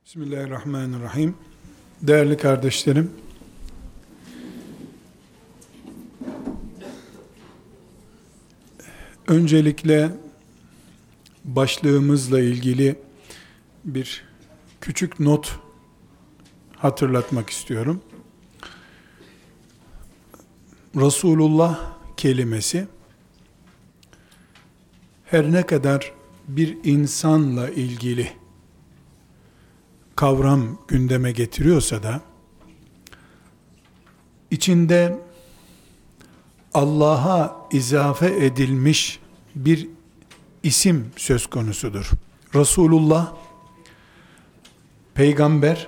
Bismillahirrahmanirrahim. Değerli kardeşlerim, öncelikle başlığımızla ilgili bir küçük not hatırlatmak istiyorum. Resulullah kelimesi her ne kadar bir insanla ilgili kavram gündeme getiriyorsa da içinde Allah'a izafe edilmiş bir isim söz konusudur. Resulullah, peygamber,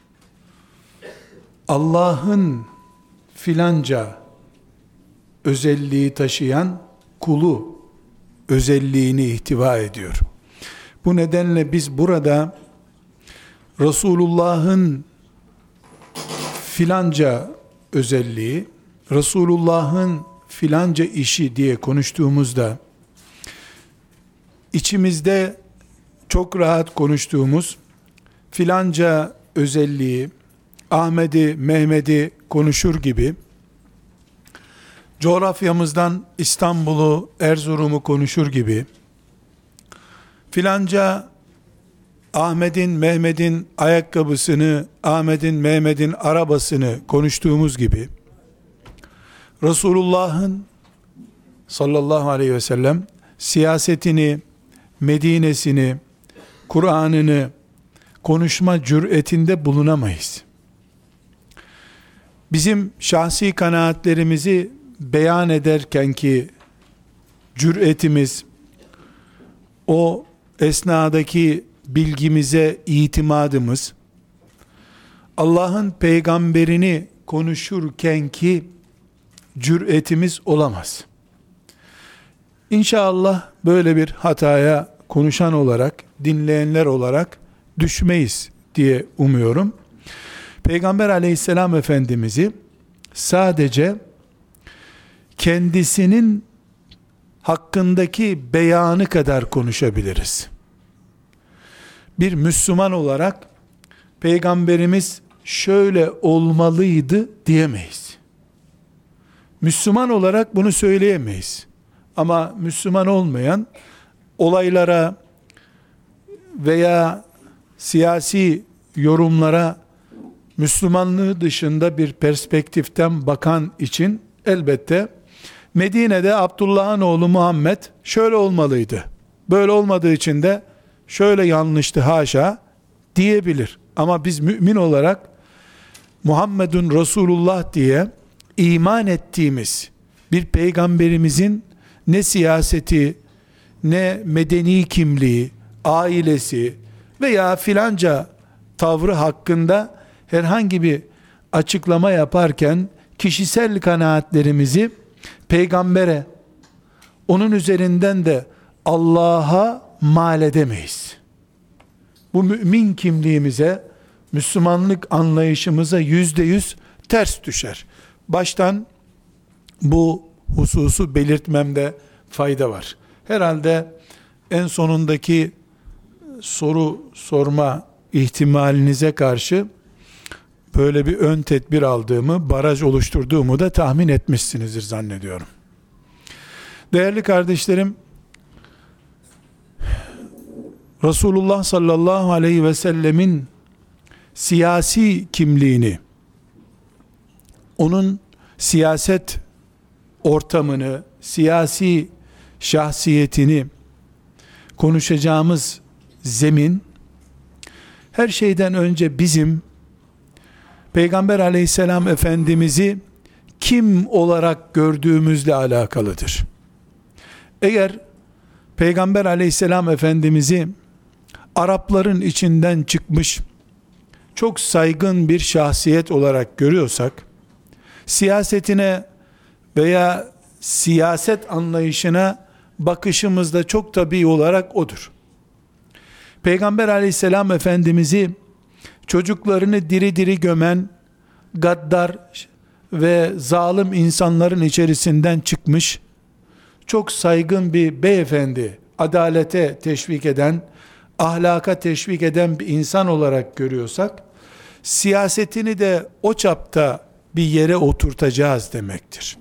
Allah'ın filanca özelliği taşıyan kulu özelliğini ihtiva ediyor. Bu nedenle biz burada Resulullah'ın filanca özelliği, Resulullah'ın filanca işi diye konuştuğumuzda içimizde çok rahat konuştuğumuz filanca özelliği, Ahmet'i, Mehmet'i konuşur gibi, coğrafyamızdan İstanbul'u, Erzurum'u konuşur gibi, filanca Ahmet'in, Mehmet'in ayakkabısını, Ahmet'in, Mehmet'in arabasını konuştuğumuz gibi, Resulullah'ın sallallahu aleyhi ve sellem siyasetini, Medine'sini, Kur'an'ını konuşma cüretinde bulunamayız. Bizim şahsi kanaatlerimizi beyan ederken ki cüretimiz, o esnadaki bilgimize itimadımız, Allah'ın peygamberini konuşurken ki cüretimiz olamaz. İnşallah böyle bir hataya konuşan olarak, dinleyenler olarak düşmeyiz diye umuyorum. Peygamber aleyhisselam Efendimiz'i sadece kendisinin hakkındaki beyanı kadar konuşabiliriz. Bir Müslüman olarak Peygamberimiz şöyle olmalıydı diyemeyiz. Müslüman olarak bunu söyleyemeyiz. Ama Müslüman olmayan olaylara veya siyasi yorumlara Müslümanlığı dışında bir perspektiften bakan için elbette Medine'de Abdullah'ın oğlu Muhammed şöyle olmalıydı, böyle olmadığı için de şöyle yanlıştı haşa diyebilir. Ama biz mümin olarak Muhammedun Resulullah diye iman ettiğimiz bir peygamberimizin ne siyaseti, ne medeni kimliği, ailesi veya filanca tavrı hakkında herhangi bir açıklama yaparken kişisel kanaatlerimizi peygambere, onun üzerinden de Allah'a mal edemeyiz. Bu mümin kimliğimize, Müslümanlık anlayışımıza %100 ters düşer. Baştan bu hususu belirtmemde fayda var. Herhalde en sonundaki soru sorma ihtimalinize karşı böyle bir ön tedbir aldığımı, baraj oluşturduğumu da tahmin etmişsinizdir zannediyorum. Değerli kardeşlerim, Resulullah sallallahu aleyhi ve sellemin siyasi kimliğini, onun siyaset ortamını, siyasi şahsiyetini konuşacağımız zemin, her şeyden önce bizim Peygamber aleyhisselam Efendimiz'i kim olarak gördüğümüzle alakalıdır. Eğer Peygamber aleyhisselam Efendimiz'i Arapların içinden çıkmış çok saygın bir şahsiyet olarak görüyorsak, siyasetine veya siyaset anlayışına bakışımız da çok tabii olarak odur. Peygamber aleyhisselam Efendimiz'i çocuklarını diri diri gömen gaddar ve zalim insanların içerisinden çıkmış çok saygın bir beyefendi, adalete teşvik eden, ahlaka teşvik eden bir insan olarak görüyorsak, siyasetini de o çapta bir yere oturtacağız demektir.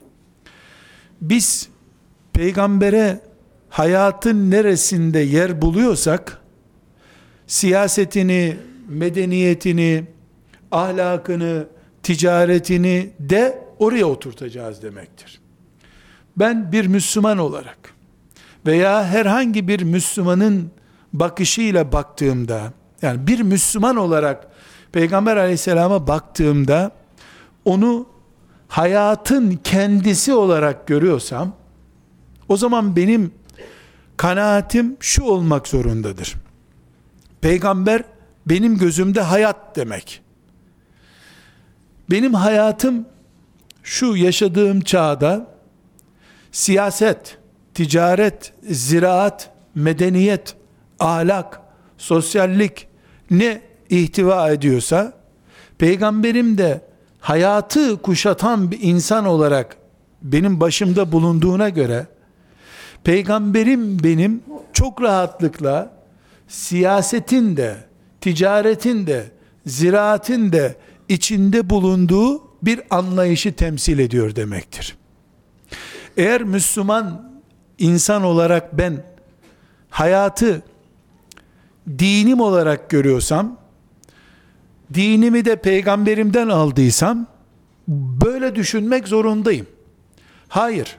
Biz peygambere hayatın neresinde yer buluyorsak, siyasetini, medeniyetini, ahlakını, ticaretini de oraya oturtacağız demektir. Ben bir Müslüman olarak veya herhangi bir Müslümanın bakışıyla baktığımda, yani bir Müslüman olarak Peygamber aleyhisselama baktığımda, onu hayatın kendisi olarak görüyorsam, o zaman benim kanaatim şu olmak zorundadır: Peygamber benim gözümde hayat demek. Benim hayatım şu yaşadığım çağda siyaset, ticaret, ziraat, medeniyet, ahlak, sosyallik ne ihtiva ediyorsa, peygamberim de hayatı kuşatan bir insan olarak benim başımda bulunduğuna göre, peygamberim benim çok rahatlıkla siyasetin de, ticaretin de, ziraatin de içinde bulunduğu bir anlayışı temsil ediyor demektir. Eğer Müslüman insan olarak ben hayatı dinim olarak görüyorsam, dinimi de peygamberimden aldıysam, böyle düşünmek zorundayım. Hayır,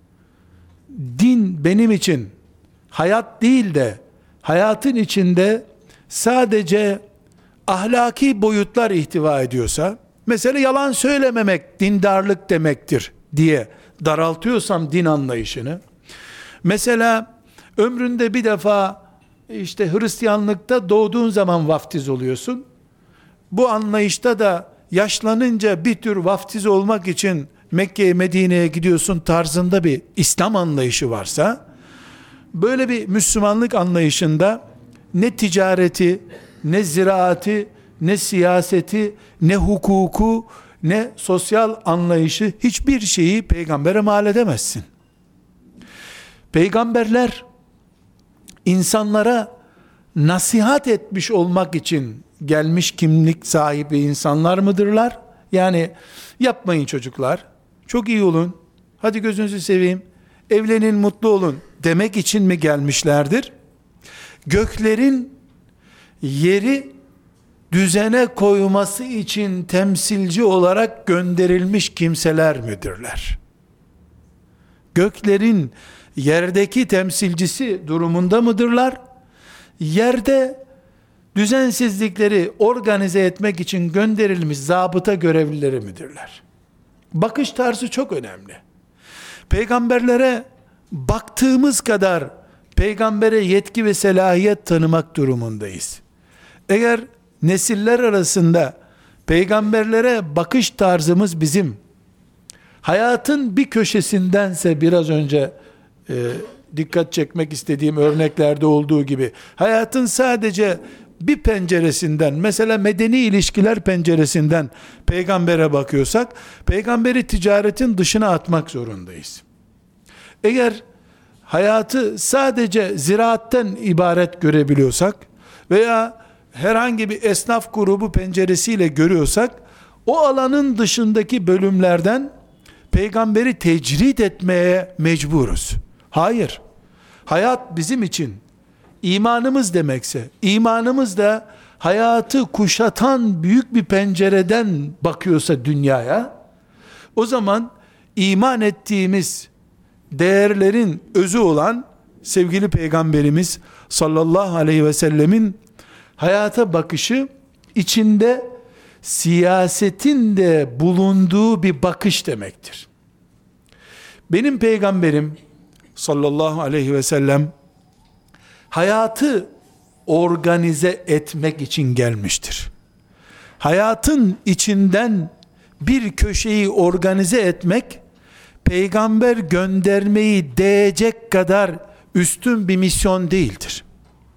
din benim için hayat değil de, hayatın içinde sadece ahlaki boyutlar ihtiva ediyorsa, mesela yalan söylememek dindarlık demektir diye daraltıyorsam din anlayışını, mesela ömründe bir defa işte Hristiyanlıkta doğduğun zaman vaftiz oluyorsun, bu anlayışta da yaşlanınca bir tür vaftiz olmak için Mekke'ye, Medine'ye gidiyorsun tarzında bir İslam anlayışı varsa, böyle bir Müslümanlık anlayışında ne ticareti, ne ziraati, ne siyaseti, ne hukuku, ne sosyal anlayışı, hiçbir şeyi peygambere mal edemezsin. Peygamberler insanlara nasihat etmiş olmak için gelmiş kimlik sahibi insanlar mıdırlar? Yani yapmayın çocuklar, çok iyi olun, hadi gözünüzü seveyim, evlenin, mutlu olun demek için mi gelmişlerdir? Göklerin yeri düzene koyması için temsilci olarak gönderilmiş kimseler midirler? Göklerin yerdeki temsilcisi durumunda mıdırlar? Yerde düzensizlikleri organize etmek için gönderilmiş zabıta görevlileri midirler? Bakış tarzı çok önemli. Peygamberlere baktığımız kadar peygambere yetki ve selahiyet tanımak durumundayız. Eğer nesiller arasında peygamberlere bakış tarzımız bizim hayatın bir köşesindense, biraz önce dikkat çekmek istediğim örneklerde olduğu gibi, hayatın sadece bir penceresinden, mesela medeni ilişkiler penceresinden peygambere bakıyorsak, peygamberi ticaretin dışına atmak zorundayız. Eğer hayatı sadece ziraatten ibaret görebiliyorsak veya herhangi bir esnaf grubu penceresiyle görüyorsak, o alanın dışındaki bölümlerden peygamberi tecrit etmeye mecburuz. Hayır, hayat bizim için imanımız demekse, imanımız da hayatı kuşatan büyük bir pencereden bakıyorsa dünyaya, o zaman iman ettiğimiz değerlerin özü olan sevgili Peygamberimiz sallallahu aleyhi ve sellemin hayata bakışı içinde siyasetin de bulunduğu bir bakış demektir. Benim peygamberim sallallahu aleyhi ve sellem hayatı organize etmek için gelmiştir. Hayatın içinden bir köşeyi organize etmek, peygamber göndermeyi değecek kadar üstün bir misyon değildir.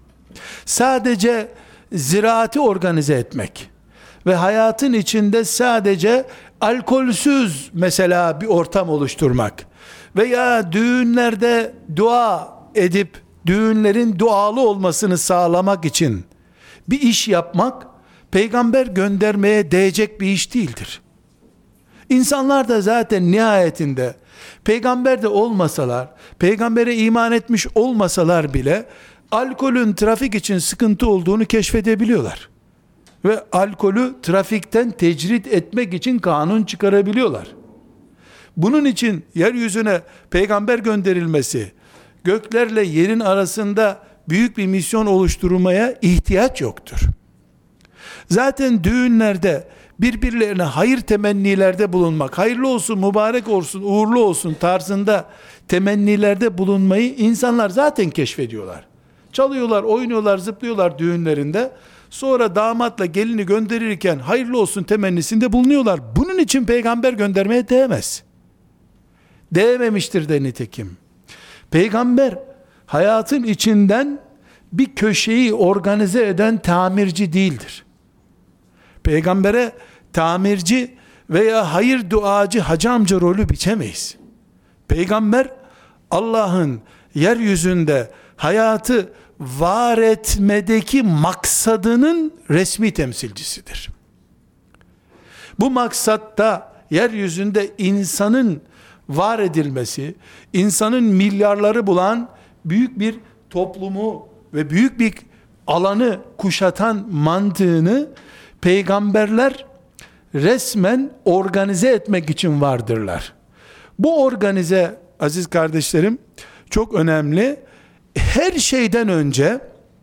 Sadece ziraati organize etmek ve hayatın içinde sadece alkolsüz mesela bir ortam oluşturmak veya düğünlerde dua edip düğünlerin dualı olmasını sağlamak için bir iş yapmak, peygamber göndermeye değecek bir iş değildir. İnsanlar da zaten nihayetinde peygamber de olmasalar, peygambere iman etmiş olmasalar bile alkolün trafik için sıkıntı olduğunu keşfedebiliyorlar. Ve alkolü trafikten tecrit etmek için kanun çıkarabiliyorlar. Bunun için yeryüzüne peygamber gönderilmesi, göklerle yerin arasında büyük bir misyon oluşturmaya ihtiyaç yoktur. Zaten düğünlerde birbirlerine hayır temennilerde bulunmak, hayırlı olsun, mübarek olsun, uğurlu olsun tarzında temennilerde bulunmayı insanlar zaten keşfediyorlar. Çalıyorlar, oynuyorlar, zıplıyorlar düğünlerinde. Sonra damatla gelini gönderirken hayırlı olsun temennisinde bulunuyorlar. Bunun için peygamber göndermeye değmez. Değmemiştir de nitekim. Peygamber hayatın içinden bir köşeyi organize eden tamirci değildir. Peygambere tamirci veya hayır duacı hacı amca rolü biçemeyiz. Peygamber Allah'ın yeryüzünde hayatı var etmedeki maksadının resmi temsilcisidir. Bu maksatta yeryüzünde insanın var edilmesi, insanın milyarları bulan büyük bir toplumu ve büyük bir alanı kuşatan mantığını peygamberler resmen organize etmek için vardırlar. Bu organize, aziz kardeşlerim, çok önemli. Her şeyden önce,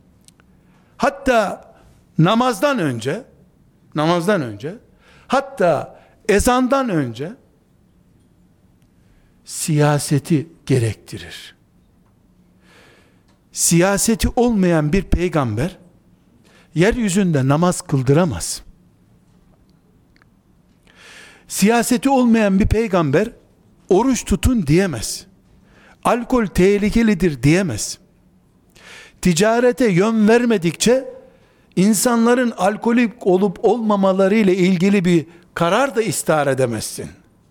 hatta namazdan önce, hatta ezandan önce siyaseti gerektirir. Siyaseti olmayan bir peygamber yeryüzünde namaz kıldıramaz. Siyaseti olmayan bir peygamber oruç tutun diyemez. Alkol tehlikelidir diyemez. Ticarete yön vermedikçe insanların alkolik olup olmamaları ile ilgili bir karar da istihar edemezsin.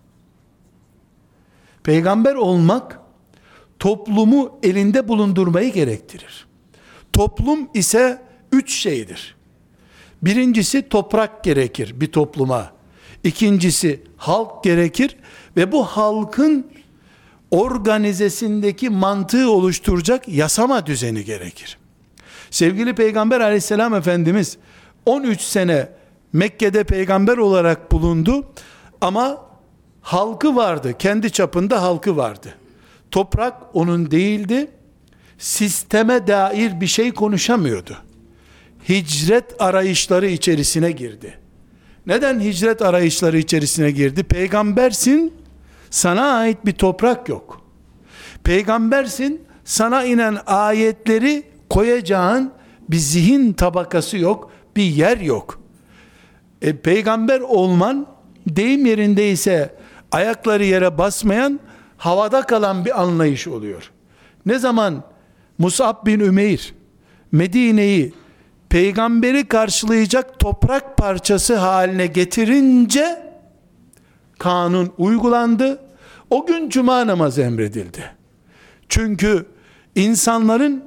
Peygamber olmak toplumu elinde bulundurmayı gerektirir. Toplum ise 3 şeydir. Birincisi toprak gerekir bir topluma. İkincisi halk gerekir ve bu halkın organizesindeki mantığı oluşturacak yasama düzeni gerekir. Sevgili Peygamber aleyhisselam Efendimiz 13 sene Mekke'de peygamber olarak bulundu ama halkı vardı, kendi çapında halkı vardı. Toprak onun değildi, sisteme dair bir şey konuşamıyordu. Hicret arayışları içerisine girdi. Neden hicret arayışları içerisine girdi? Peygambersin, sana ait bir toprak yok. Peygambersin, sana inen ayetleri koyacağın bir zihin tabakası yok, bir yer yok. Peygamber olman, deyim yerindeyse ayakları yere basmayan, havada kalan bir anlayış oluyor. Ne zaman Mus'ab bin Ümeyr Medine'yi peygamberi karşılayacak toprak parçası haline getirince kanun uygulandı. O gün cuma namazı emredildi. Çünkü insanların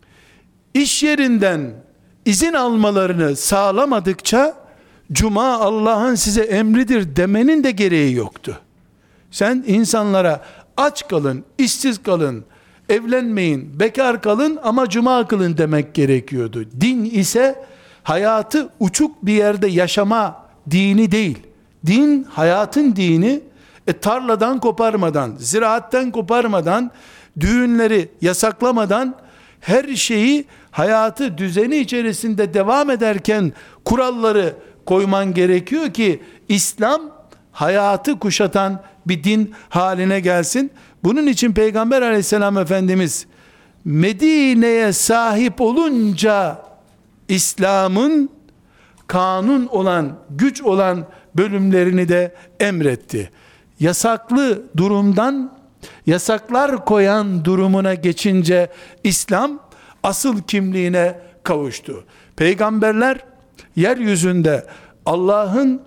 iş yerinden izin almalarını sağlamadıkça cuma Allah'ın size emridir demenin de gereği yoktu. Sen insanlara aç kalın, işsiz kalın, evlenmeyin, bekar kalın ama cuma kılın demek gerekiyordu. Din ise hayatı uçuk bir yerde yaşama dini değil. Din hayatın dini. Tarladan koparmadan, ziraatten koparmadan, düğünleri yasaklamadan her şeyi hayatı düzeni içerisinde devam ederken kuralları koyman gerekiyor ki İslam hayatı kuşatan bir din haline gelsin. Bunun için Peygamber aleyhisselam Efendimiz Medine'ye sahip olunca İslam'ın kanun olan, güç olan bölümlerini de emretti. Yasaklı durumdan yasaklar koyan durumuna geçince İslam asıl kimliğine kavuştu. Peygamberler yeryüzünde Allah'ın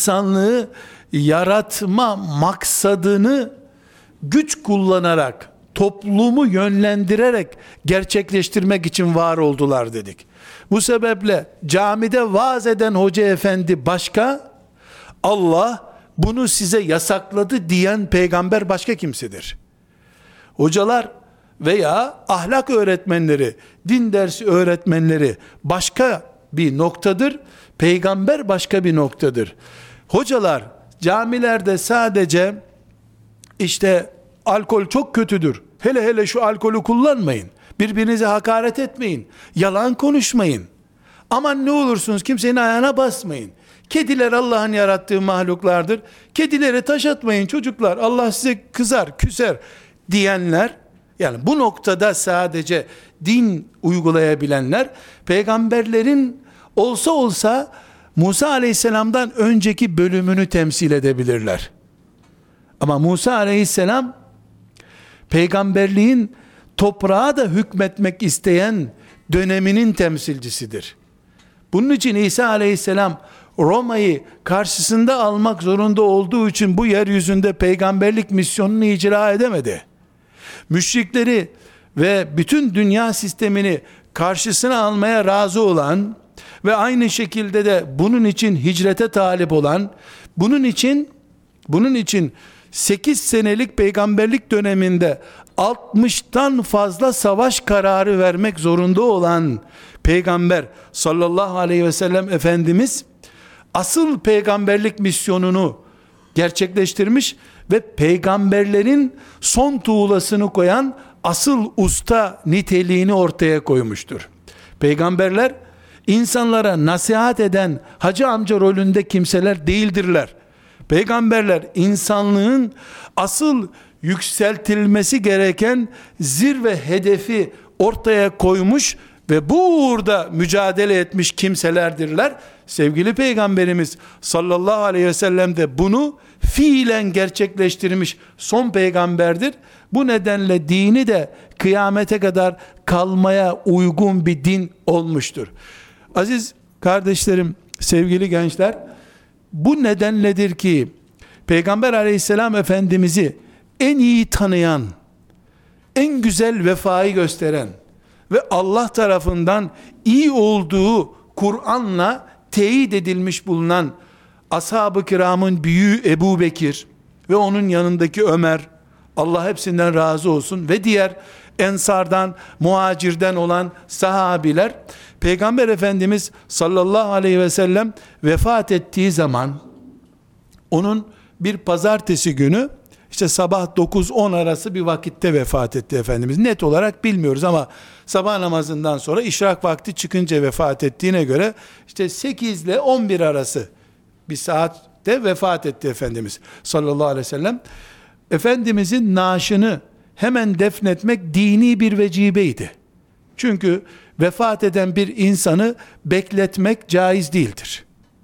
insanlığı yaratma maksadını güç kullanarak toplumu yönlendirerek gerçekleştirmek için var oldular dedik. Bu sebeple camide vaaz eden hoca efendi başka, Allah bunu size yasakladı diyen peygamber başka kimsedir. Hocalar veya ahlak öğretmenleri, din dersi öğretmenleri başka bir noktadır. Peygamber başka bir noktadır. Hocalar camilerde sadece işte alkol çok kötüdür, hele hele şu alkolü kullanmayın, birbirinize hakaret etmeyin, yalan konuşmayın, aman ne olursunuz kimsenin ayağına basmayın, kediler Allah'ın yarattığı mahluklardır, kedilere taş atmayın çocuklar, Allah size kızar küser diyenler, yani bu noktada sadece din uygulayabilenler, peygamberlerin olsa Musa aleyhisselamdan önceki bölümünü temsil edebilirler. Ama Musa aleyhisselam peygamberliğin toprağa da hükmetmek isteyen döneminin temsilcisidir. Bunun için İsa aleyhisselam Roma'yı karşısında almak zorunda olduğu için bu yeryüzünde peygamberlik misyonunu icra edemedi. Müşrikleri ve bütün dünya sistemini karşısına almaya razı olan ve aynı şekilde de bunun için hicrete talip olan, bunun için 8 senelik peygamberlik döneminde 60'tan fazla savaş kararı vermek zorunda olan peygamber sallallahu aleyhi ve sellem Efendimiz asıl peygamberlik misyonunu gerçekleştirmiş ve peygamberlerin son tuğlasını koyan asıl usta niteliğini ortaya koymuştur. Peygamberler insanlara nasihat eden hacı amca rolünde kimseler değildirler. Peygamberler insanlığın asıl yükseltilmesi gereken zirve hedefi ortaya koymuş ve bu uğurda mücadele etmiş kimselerdirler. Sevgili Peygamberimiz sallallahu aleyhi ve sellem de bunu fiilen gerçekleştirmiş son peygamberdir. Bu nedenle dini de kıyamete kadar kalmaya uygun bir din olmuştur. Aziz kardeşlerim, sevgili gençler, bu nedenledir ki Peygamber aleyhisselam Efendimiz'i en iyi tanıyan, en güzel vefayı gösteren ve Allah tarafından iyi olduğu Kur'an'la teyit edilmiş bulunan ashab-ı kiramın büyüğü Ebu Bekir ve onun yanındaki Ömer, Allah hepsinden razı olsun, ve diğer ensardan, muhacirden olan sahabiler, Peygamber Efendimiz sallallahu aleyhi ve sellem vefat ettiği zaman, onun bir pazartesi günü, işte sabah 9-10 arası bir vakitte vefat etti Efendimiz. Net olarak bilmiyoruz ama sabah namazından sonra işrak vakti çıkınca vefat ettiğine göre, işte 8 ile 11 arası bir saatte vefat etti Efendimiz sallallahu aleyhi ve sellem. Efendimizin naaşını hemen defnetmek dini bir vecibeydi. Çünkü vefat eden bir insanı bekletmek caiz değildir.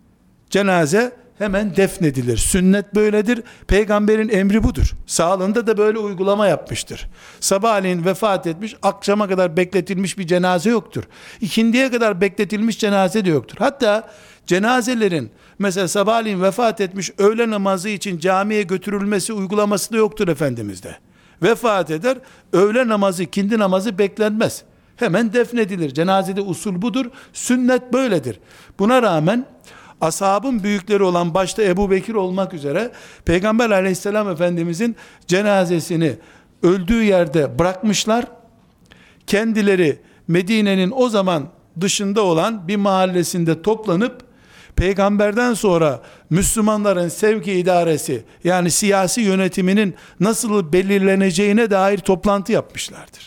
Cenaze hemen defnedilir. Sünnet böyledir. Peygamberin emri budur. Sağlığında da böyle uygulama yapmıştır. Sabahleyin vefat etmiş, akşama kadar bekletilmiş bir cenaze yoktur. İkindiye kadar bekletilmiş cenaze de yoktur. Hatta cenazelerin mesela sabahleyin vefat etmiş, öğle namazı için camiye götürülmesi uygulaması da yoktur Efendimiz'de. Vefat eder, öğle namazı, ikindi namazı beklenmez. Hemen defnedilir. Cenazede usul budur. Sünnet böyledir. Buna rağmen ashabın büyükleri olan başta Ebu Bekir olmak üzere Peygamber aleyhisselam Efendimizin cenazesini öldüğü yerde bırakmışlar. Kendileri Medine'nin o zaman dışında olan bir mahallesinde toplanıp peygamberden sonra Müslümanların sevki idaresi, yani siyasi yönetiminin nasıl belirleneceğine dair toplantı yapmışlardır.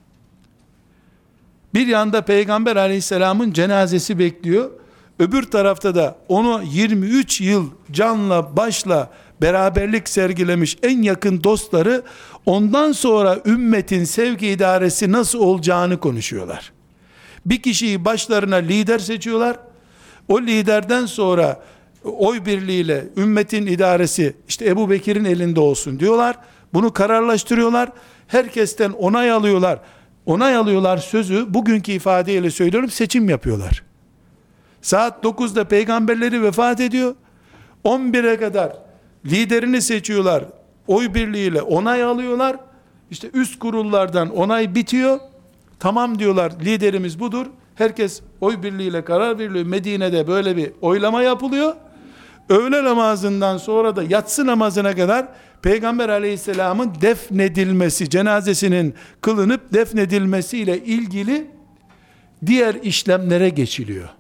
Bir yanda Peygamber aleyhisselamın cenazesi bekliyor. Öbür tarafta da onu 23 yıl canla başla beraberlik sergilemiş en yakın dostları, ondan sonra ümmetin sevki idaresi nasıl olacağını konuşuyorlar. Bir kişiyi başlarına lider seçiyorlar. O liderden sonra oy birliğiyle ümmetin idaresi işte Ebu Bekir'in elinde olsun diyorlar. Bunu kararlaştırıyorlar. Herkesten onay alıyorlar. Onay alıyorlar sözü, bugünkü ifadeyle söylüyorum, seçim yapıyorlar. Saat 9'da peygamberleri vefat ediyor. 11'e kadar liderini seçiyorlar. Oy birliğiyle onay alıyorlar. İşte üst kurullardan onay bitiyor. Tamam diyorlar, liderimiz budur. Herkes oy birliğiyle karar veriliyor. Medine'de böyle bir oylama yapılıyor. Öğle namazından sonra da yatsı namazına kadar Peygamber aleyhisselamın defnedilmesi, cenazesinin kılınıp defnedilmesiyle ilgili diğer işlemlere geçiliyor.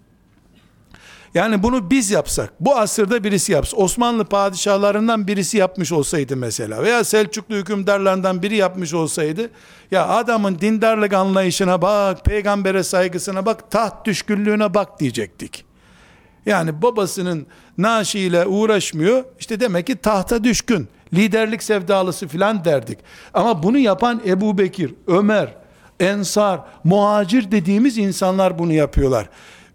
Yani bunu biz yapsak, bu asırda birisi yapsa, Osmanlı padişahlarından birisi yapmış olsaydı mesela, veya Selçuklu hükümdarlarından biri yapmış olsaydı, ya adamın dindarlık anlayışına bak, peygambere saygısına bak, taht düşkünlüğüne bak diyecektik. Yani babasının naaşıyla uğraşmıyor, işte demek ki tahta düşkün, liderlik sevdalısı filan derdik. Ama bunu yapan Ebu Bekir, Ömer, Ensar, muhacir dediğimiz insanlar bunu yapıyorlar.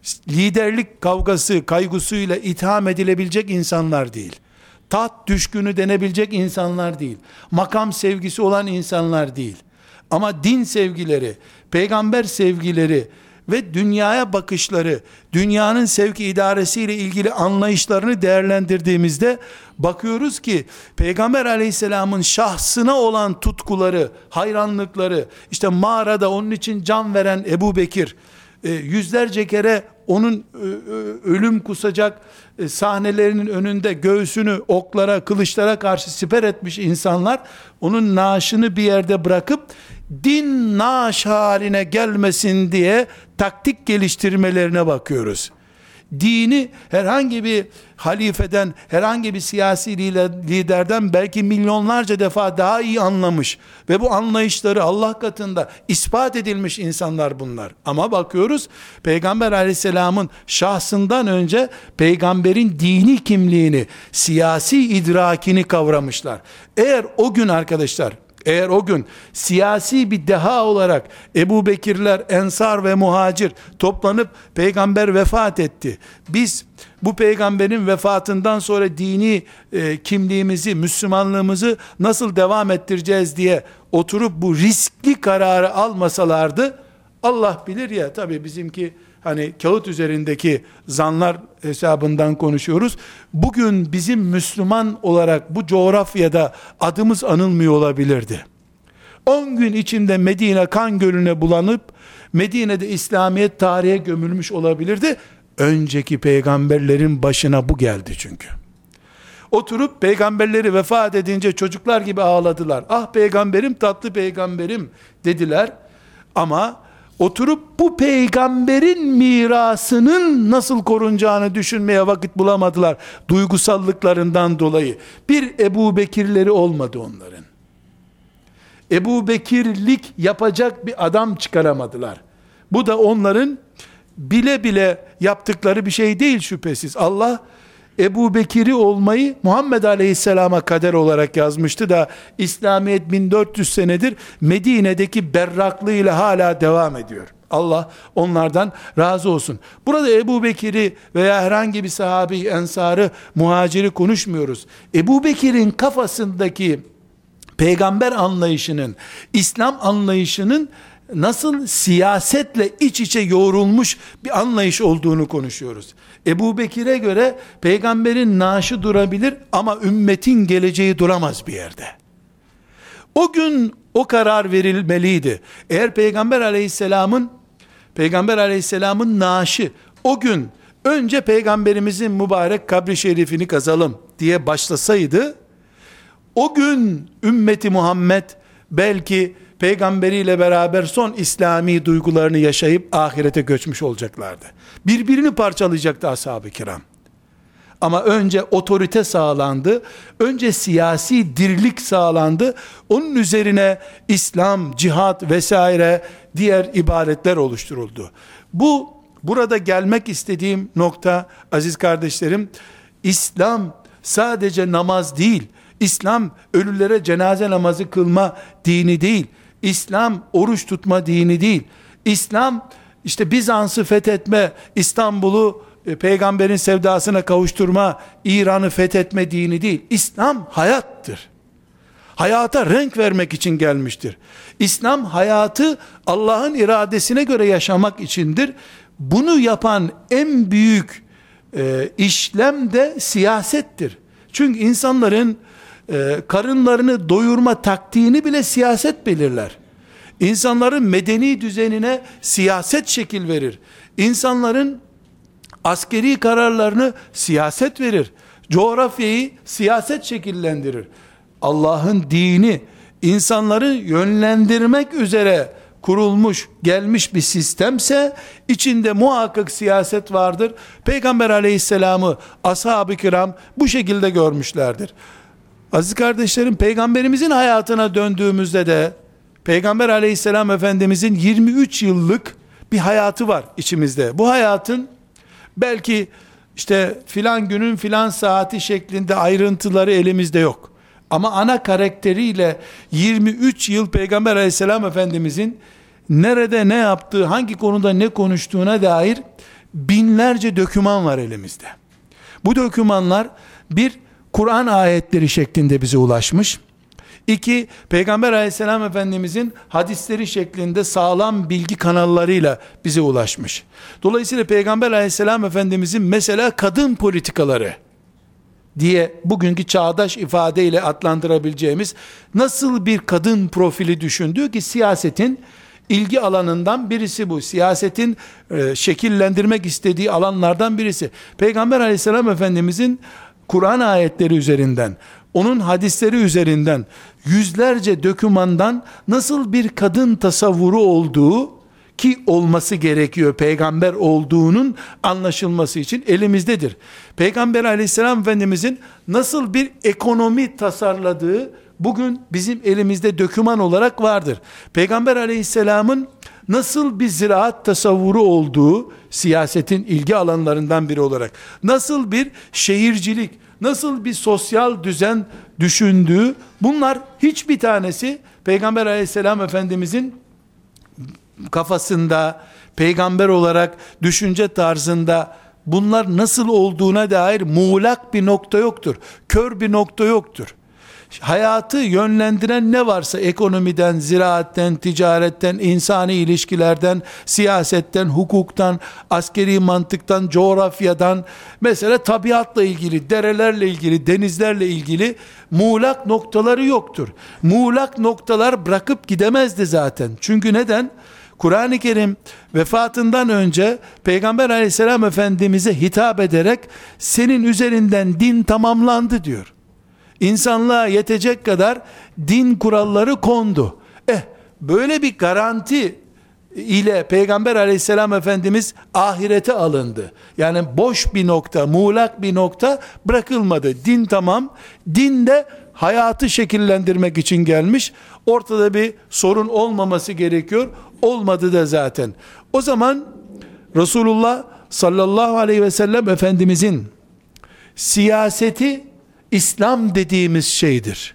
Liderlik kavgası, kaygısıyla itham edilebilecek insanlar değil. Taht düşkünü denebilecek insanlar değil. Makam sevgisi olan insanlar değil. Ama din sevgileri, peygamber sevgileri ve dünyaya bakışları, dünyanın sevki idaresiyle ilgili anlayışlarını değerlendirdiğimizde bakıyoruz ki Peygamber aleyhisselamın şahsına olan tutkuları, hayranlıkları, işte mağarada onun için can veren Ebu Bekir, yüzlerce kere onun ölüm kusacak sahnelerinin önünde göğsünü oklara, kılıçlara karşı siper etmiş insanlar, onun naaşını bir yerde bırakıp din naaş haline gelmesin diye taktik geliştirmelerine bakıyoruz. Dini herhangi bir halifeden, herhangi bir siyasi liderden belki milyonlarca defa daha iyi anlamış ve bu anlayışları Allah katında ispat edilmiş insanlar bunlar. Ama bakıyoruz Peygamber aleyhisselamın şahsından önce peygamberin dini kimliğini, siyasi idrakini kavramışlar. Eğer o gün arkadaşlar, eğer o gün siyasi bir deha olarak Ebu Bekirler, Ensar ve Muhacir toplanıp peygamber vefat etti, biz bu peygamberin vefatından sonra dini kimliğimizi, Müslümanlığımızı nasıl devam ettireceğiz diye oturup bu riskli kararı almasalardı, Allah bilir ya, tabii bizimki hani kağıt üzerindeki zanlar hesabından konuşuyoruz. Bugün bizim Müslüman olarak bu coğrafyada adımız anılmıyor olabilirdi. 10 gün içinde Medine kan gölüne bulanıp Medine'de İslamiyet tarihe gömülmüş olabilirdi. Önceki peygamberlerin başına bu geldi çünkü. Oturup peygamberleri vefat edince çocuklar gibi ağladılar. Ah peygamberim, tatlı peygamberim dediler. Ama oturup bu peygamberin mirasının nasıl korunacağını düşünmeye vakit bulamadılar. Duygusallıklarından dolayı. Bir Ebu Bekirleri olmadı onların. Ebu Bekirlik yapacak bir adam çıkaramadılar. Bu da onların bile bile yaptıkları bir şey değil şüphesiz. Allah Ebu Bekir'i olmayı Muhammed Aleyhisselam'a kader olarak yazmıştı da İslamiyet 1400 senedir Medine'deki berraklığıyla hala devam ediyor. Allah onlardan razı olsun. Burada Ebu Bekir'i veya herhangi bir sahabeyi, ensarı, muhaciri konuşmuyoruz. Ebu Bekir'in kafasındaki peygamber anlayışının, İslam anlayışının nasıl siyasetle iç içe yoğrulmuş bir anlayış olduğunu konuşuyoruz. Ebu Bekir'e göre peygamberin naaşı durabilir ama ümmetin geleceği duramaz bir yerde. O gün o karar verilmeliydi. Eğer Peygamber aleyhisselamın naaşı o gün önce peygamberimizin mübarek kabri şerifini kazalım diye başlasaydı, o gün ümmeti Muhammed belki peygamberiyle beraber son İslami duygularını yaşayıp ahirete göçmüş olacaklardı. Birbirini parçalayacaktı ashab-ı kiram. Ama önce otorite sağlandı, önce siyasi dirlik sağlandı, onun üzerine İslam, cihat vesaire diğer ibadetler oluşturuldu. Burada gelmek istediğim nokta aziz kardeşlerim, İslam sadece namaz değil, İslam ölülere cenaze namazı kılma dini değil, İslam oruç tutma dini değil, İslam işte Bizans'ı fethetme, İstanbul'u peygamberin sevdasına kavuşturma, İran'ı fethetme dini değil. İslam hayattır. Hayata renk vermek için gelmiştir. İslam hayatı Allah'ın iradesine göre yaşamak içindir. Bunu yapan en büyük işlem de siyasettir. Çünkü insanların karınlarını doyurma taktiğini bile siyaset belirler. İnsanların medeni düzenine siyaset şekil verir. İnsanların askeri kararlarını siyaset verir. Coğrafyayı siyaset şekillendirir. Allah'ın dini insanları yönlendirmek üzere kurulmuş, gelmiş bir sistemse içinde muhakkak siyaset vardır. Peygamber aleyhisselamı ashab-ı kiram bu şekilde görmüşlerdir. Aziz kardeşlerim, peygamberimizin hayatına döndüğümüzde de Peygamber aleyhisselam efendimizin 23 yıllık bir hayatı var içimizde. Bu hayatın belki işte filan günün filan saati şeklinde ayrıntıları elimizde yok. Ama ana karakteriyle 23 yıl Peygamber aleyhisselam efendimizin nerede ne yaptığı, hangi konuda ne konuştuğuna dair binlerce doküman var elimizde. Bu dokümanlar bir, Kur'an ayetleri şeklinde bize ulaşmış. İki, Peygamber aleyhisselam efendimizin hadisleri şeklinde sağlam bilgi kanallarıyla bize ulaşmış. Dolayısıyla Peygamber aleyhisselam efendimizin mesela kadın politikaları diye bugünkü çağdaş ifadeyle adlandırabileceğimiz nasıl bir kadın profili düşündüğü ki siyasetin ilgi alanından birisi bu. Siyasetin şekillendirmek istediği alanlardan birisi. Peygamber aleyhisselam efendimizin Kur'an ayetleri üzerinden, onun hadisleri üzerinden yüzlerce dokümandan nasıl bir kadın tasavvuru olduğu ki olması gerekiyor peygamber olduğunun anlaşılması için elimizdedir. Peygamber aleyhisselam efendimizin nasıl bir ekonomi tasarladığı bugün bizim elimizde doküman olarak vardır. Peygamber aleyhisselamın nasıl bir ziraat tasavvuru olduğu siyasetin ilgi alanlarından biri olarak, nasıl bir şehircilik, nasıl bir sosyal düzen düşündüğü, bunlar hiçbir tanesi Peygamber aleyhisselam efendimizin kafasında, peygamber olarak düşünce tarzında bunlar nasıl olduğuna dair muğlak bir nokta yoktur. Kör bir nokta yoktur. Hayatı yönlendiren ne varsa ekonomiden, ziraatten, ticaretten, insani ilişkilerden, siyasetten, hukuktan, askeri mantıktan, coğrafyadan, mesela tabiatla ilgili, derelerle ilgili, denizlerle ilgili muğlak noktaları yoktur. Muğlak noktalar bırakıp gidemezdi zaten. Çünkü neden? Kur'an-ı Kerim vefatından önce Peygamber aleyhisselam efendimize hitap ederek senin üzerinden din tamamlandı diyor. İnsanlığa yetecek kadar din kuralları kondu. Böyle bir garanti ile Peygamber aleyhisselam efendimiz ahirete alındı. Yani boş bir nokta, muğlak bir nokta bırakılmadı. Din tamam. Din de hayatı şekillendirmek için gelmiş. Ortada bir sorun olmaması gerekiyor. Olmadı da zaten. O zaman Resulullah sallallahu aleyhi ve sellem Efendimizin siyaseti İslam dediğimiz şeydir.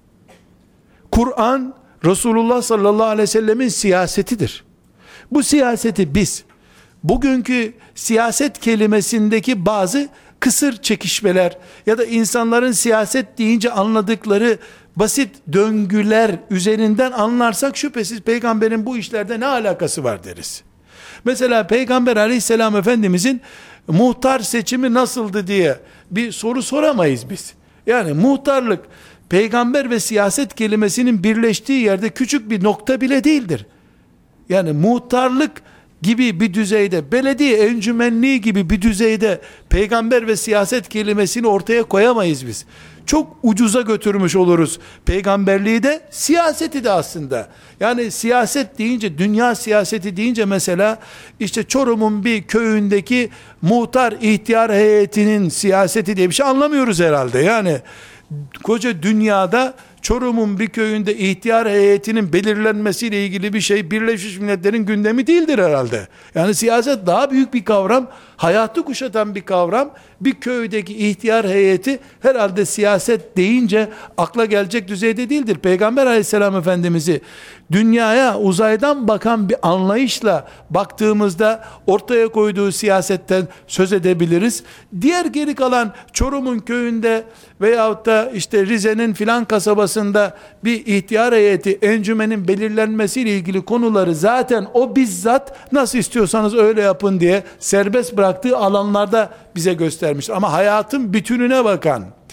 Kur'an Resulullah sallallahu aleyhi ve sellemin siyasetidir. Bu siyaseti biz bugünkü siyaset kelimesindeki bazı kısır çekişmeler ya da insanların siyaset deyince anladıkları basit döngüler üzerinden anlarsak şüphesiz peygamberin bu işlerde ne alakası var deriz. Mesela Peygamber aleyhisselam efendimizin muhtar seçimi nasıldı diye bir soru soramayız biz. Yani muhtarlık peygamber ve siyaset kelimesinin birleştiği yerde küçük bir nokta bile değildir. Yani muhtarlık gibi bir düzeyde, belediye encümenliği gibi bir düzeyde peygamber ve siyaset kelimesini ortaya koyamayız biz. Çok ucuza götürmüş oluruz peygamberliği de, siyaseti de aslında. Yani siyaset deyince, dünya siyaseti deyince mesela işte Çorum'un bir köyündeki muhtar ihtiyar heyetinin siyaseti diye bir şey anlamıyoruz herhalde. Yani koca dünyada Çorum'un bir köyünde ihtiyar heyetinin belirlenmesiyle ilgili bir şey Birleşmiş Milletler'in gündemi değildir herhalde. Yani siyaset daha büyük bir kavram, hayatı kuşatan bir kavram. Bir köydeki ihtiyar heyeti herhalde siyaset deyince akla gelecek düzeyde değildir. Peygamber aleyhisselam efendimizi dünyaya uzaydan bakan bir anlayışla baktığımızda ortaya koyduğu siyasetten söz edebiliriz. Diğer geri kalan Çorum'un köyünde veyahut da işte Rize'nin filan kasabasında bir ihtiyar heyeti, encümenin belirlenmesiyle ilgili konuları zaten o bizzat nasıl istiyorsanız öyle yapın diye serbest bıraktığı alanlarda bize göstermiştir. Ama hayatın bütününe bakan,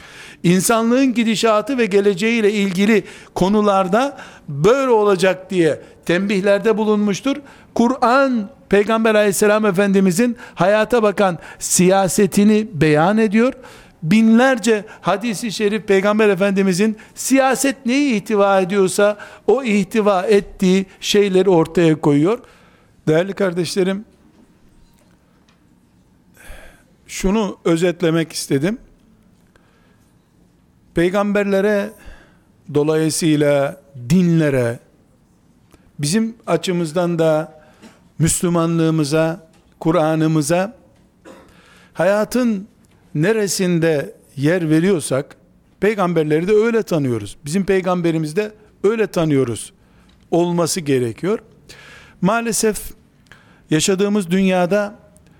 İnsanlığın gidişatı ve geleceğiyle ilgili konularda böyle olacak diye tembihlerde bulunmuştur. Kur'an, Peygamber aleyhisselam efendimizin hayata bakan siyasetini beyan ediyor. Binlerce hadisi şerif Peygamber Efendimizin siyaset neyi ihtiva ediyorsa o ihtiva ettiği şeyleri ortaya koyuyor. Değerli kardeşlerim, şunu özetlemek istedim. Peygamberlere, dolayısıyla dinlere, bizim açımızdan da Müslümanlığımıza, Kur'an'ımıza, hayatın neresinde yer veriyorsak, peygamberleri de öyle tanıyoruz. Bizim peygamberimizi de öyle tanıyoruz olması gerekiyor. Maalesef yaşadığımız dünyada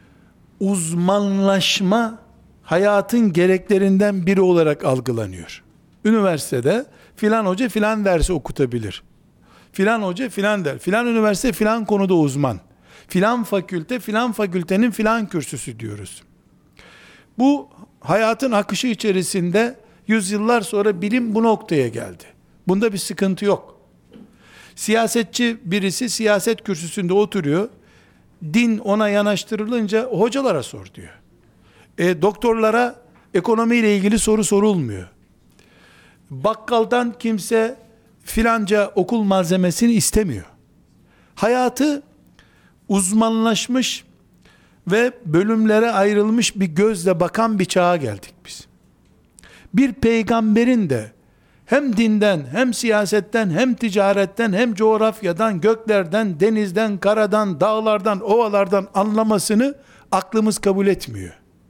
uzmanlaşma hayatın gereklerinden biri olarak algılanıyor. Üniversitede filan hoca filan dersi okutabilir. Filan hoca filan der. Filan üniversite filan konuda uzman. Filan fakülte filan fakültenin filan kürsüsü diyoruz. Bu hayatın akışı içerisinde yüzyıllar sonra bilim bu noktaya geldi. Bunda bir sıkıntı yok. Siyasetçi birisi siyaset kürsüsünde oturuyor. Din ona yanaştırılınca hocalara sor diyor. Doktorlara ekonomiyle ilgili soru sorulmuyor. Bakkaldan kimse filanca okul malzemesini istemiyor. Hayatı uzmanlaşmış ve bölümlere ayrılmış bir gözle bakan bir çağa geldik biz. Bir peygamberin de hem dinden, hem siyasetten, hem ticaretten, hem coğrafyadan, göklerden, denizden, karadan, dağlardan, ovalardan anlamasını aklımız kabul etmiyor.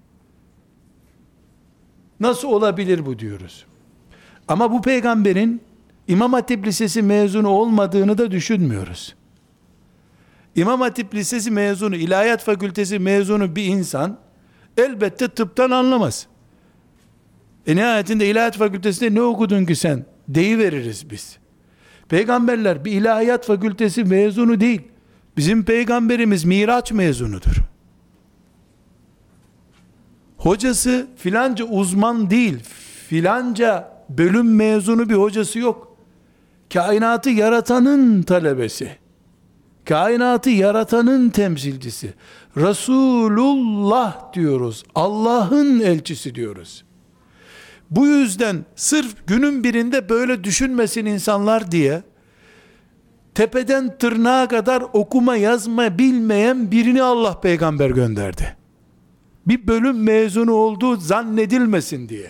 Nasıl olabilir bu diyoruz. Ama bu peygamberin İmam Hatip Lisesi mezunu olmadığını da düşünmüyoruz. İmam Hatip Lisesi mezunu, İlahiyat Fakültesi mezunu bir insan elbette tıptan anlamaz. Nihayetinde İlahiyat Fakültesi'nde ne okudun ki sen deyiveririz biz. Peygamberler bir İlahiyat Fakültesi mezunu değil. Bizim peygamberimiz Miraç mezunudur. Hocası filanca uzman değil, filanca bölüm mezunu bir hocası yok. Kainatı yaratanın talebesi. Kainatı yaratanın temsilcisi. Resulullah diyoruz. Allah'ın elçisi diyoruz. Bu yüzden sırf günün birinde böyle düşünmesin insanlar diye tepeden tırnağa kadar okuma yazma bilmeyen birini Allah peygamber gönderdi. Bir bölüm mezunu olduğu zannedilmesin diye.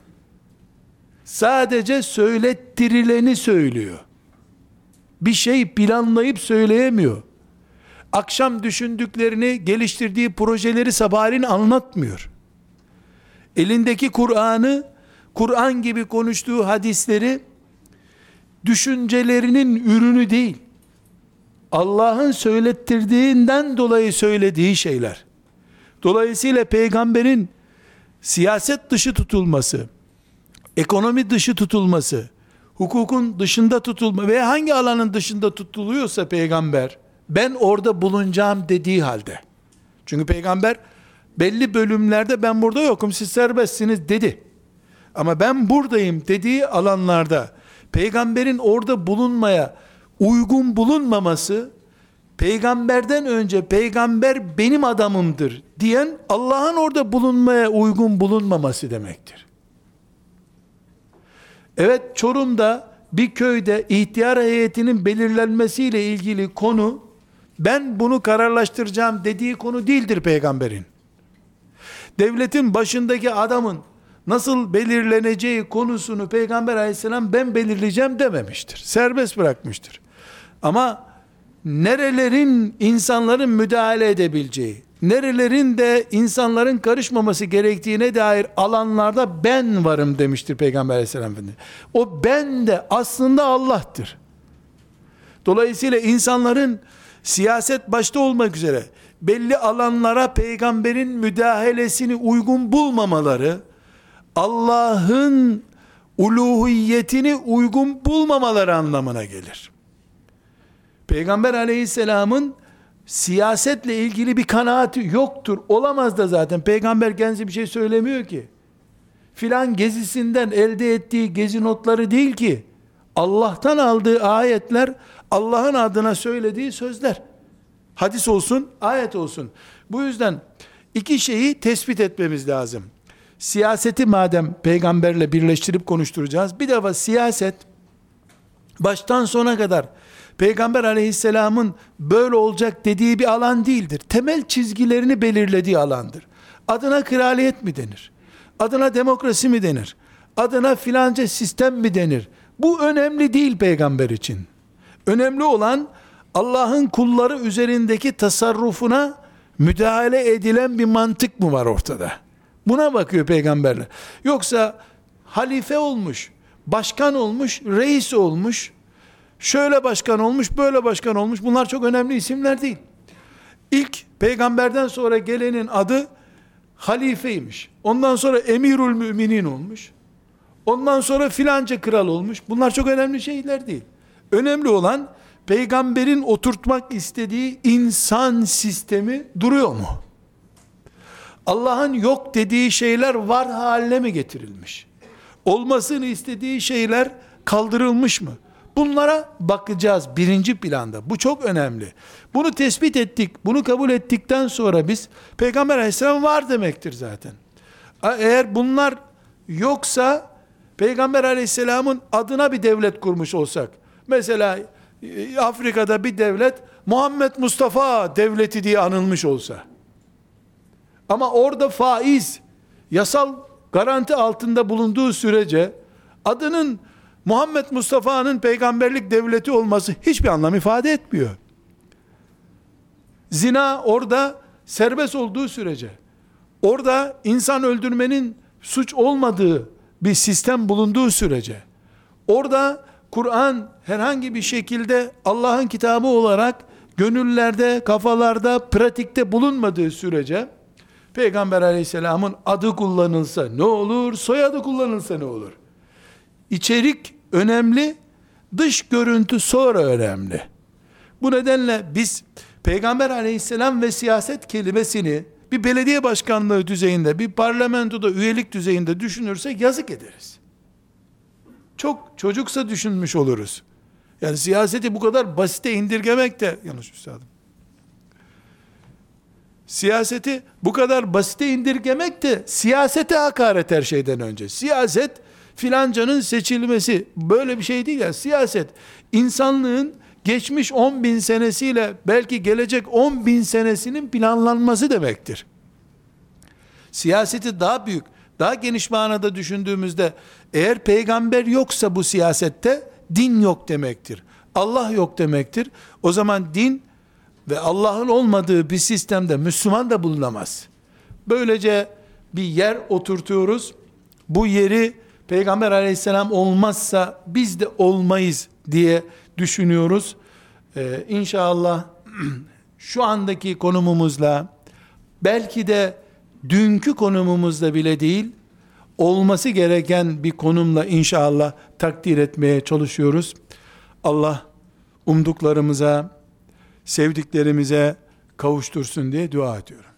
Sadece söylettirileni söylüyor. Bir şey planlayıp söyleyemiyor. Akşam düşündüklerini, geliştirdiği projeleri sabahleyin anlatmıyor. Elindeki Kur'an'ı, Kur'an gibi konuştuğu hadisleri düşüncelerinin ürünü değil. Allah'ın söylettirdiğinden dolayı söylediği şeyler. Dolayısıyla peygamberin siyaset dışı tutulması, ekonomi dışı tutulması, hukukun dışında tutulma veya hangi alanın dışında tutuluyorsa peygamber, ben orada bulunacağım dediği halde. Çünkü peygamber belli bölümlerde ben burada yokum, siz serbestsiniz dedi. Ama ben buradayım dediği alanlarda peygamberin orada bulunmaya uygun bulunmaması, peygamberden önce peygamber benim adamımdır diyen Allah'ın orada bulunmaya uygun bulunmaması demektir. Evet, Çorum'da bir köyde ihtiyar heyetinin belirlenmesiyle ilgili konu, ben bunu kararlaştıracağım dediği konu değildir peygamberin. Devletin başındaki adamın nasıl belirleneceği konusunu Peygamber aleyhisselam ben belirleyeceğim dememiştir. Serbest bırakmıştır. Ama nerelerin insanların müdahale edebileceği, nerelerin de insanların karışmaması gerektiğine dair alanlarda ben varım demiştir Peygamber aleyhisselam Efendimiz. O ben de aslında Allah'tır. Dolayısıyla insanların siyaset başta olmak üzere belli alanlara peygamberin müdahalesini uygun bulmamaları, Allah'ın uluhiyetini uygun bulmamaları anlamına gelir. Peygamber aleyhisselamın siyasetle ilgili bir kanaati yoktur. Olamaz da zaten. Peygamber kendisi bir şey söylemiyor ki. filan gezisinden elde ettiği gezi notları değil ki. Allah'tan aldığı ayetler, Allah'ın adına söylediği sözler. Hadis olsun, ayet olsun. Bu yüzden iki şeyi tespit etmemiz lazım. Siyaseti madem peygamberle birleştirip konuşturacağız, bir defa siyaset baştan sona kadar Peygamber aleyhisselamın böyle olacak dediği bir alan değildir. Temel çizgilerini belirlediği alandır. Adına kraliyet mi denir? Adına demokrasi mi denir? Adına filanca sistem mi denir? Bu önemli değil peygamber için. Önemli olan Allah'ın kulları üzerindeki tasarrufuna müdahale edilen bir mantık mı var ortada? Buna bakıyor peygamberler. Yoksa halife olmuş, başkan olmuş, reis olmuş, şöyle başkan olmuş, böyle başkan olmuş. Bunlar çok önemli isimler değil. İlk peygamberden sonra gelenin adı halifeymiş. Ondan sonra emirül müminin olmuş. Ondan sonra filanca kral olmuş. Bunlar çok önemli şeyler değil. Önemli olan peygamberin oturtmak istediği insan sistemi duruyor mu? Allah'ın yok dediği şeyler var haline mi getirilmiş? Olmasını istediği şeyler kaldırılmış mı? Bunlara bakacağız birinci planda. Bu çok önemli. Bunu tespit ettik, bunu kabul ettikten sonra biz Peygamber aleyhisselam var demektir zaten. Eğer bunlar yoksa Peygamber aleyhisselamın adına bir devlet kurmuş olsak, mesela Afrika'da bir devlet Muhammed Mustafa devleti diye anılmış olsa, ama orada faiz yasal garanti altında bulunduğu sürece adının Muhammed Mustafa'nın peygamberlik devleti olması hiçbir anlam ifade etmiyor. Zina orada serbest olduğu sürece, orada insan öldürmenin suç olmadığı bir sistem bulunduğu sürece, orada Kur'an herhangi bir şekilde Allah'ın kitabı olarak gönüllerde, kafalarda, pratikte bulunmadığı sürece, Peygamber aleyhisselamın adı kullanılsa ne olur, soyadı kullanılsa ne olur? İçerik önemli, dış görüntü sonra önemli. Bu nedenle biz Peygamber aleyhisselam ve siyaset kelimesini bir belediye başkanlığı düzeyinde, bir parlamentoda üyelik düzeyinde düşünürsek yazık ederiz. Çok çocuksa düşünmüş oluruz. Yani siyaseti bu kadar basite indirgemek de yanlış üstadım. Siyaseti bu kadar basite indirgemek de siyasete hakaret her şeyden önce. Siyaset filancanın seçilmesi böyle bir şey değil ya. Siyaset insanlığın geçmiş 10.000 senesiyle belki gelecek 10.000 senesinin planlanması demektir. Siyaseti daha büyük, daha geniş manada düşündüğümüzde eğer peygamber yoksa bu siyasette din yok demektir. Allah yok demektir. O zaman din ve Allah'ın olmadığı bir sistemde Müslüman da bulunamaz. Böylece bir yer oturtuyoruz. Bu yeri Peygamber aleyhisselam olmazsa biz de olmayız diye düşünüyoruz. İnşallah şu andaki konumumuzla, belki de dünkü konumumuzla bile değil, olması gereken bir konumla inşallah takdir etmeye çalışıyoruz. Allah umduklarımıza, sevdiklerimize kavuştursun diye dua ediyorum.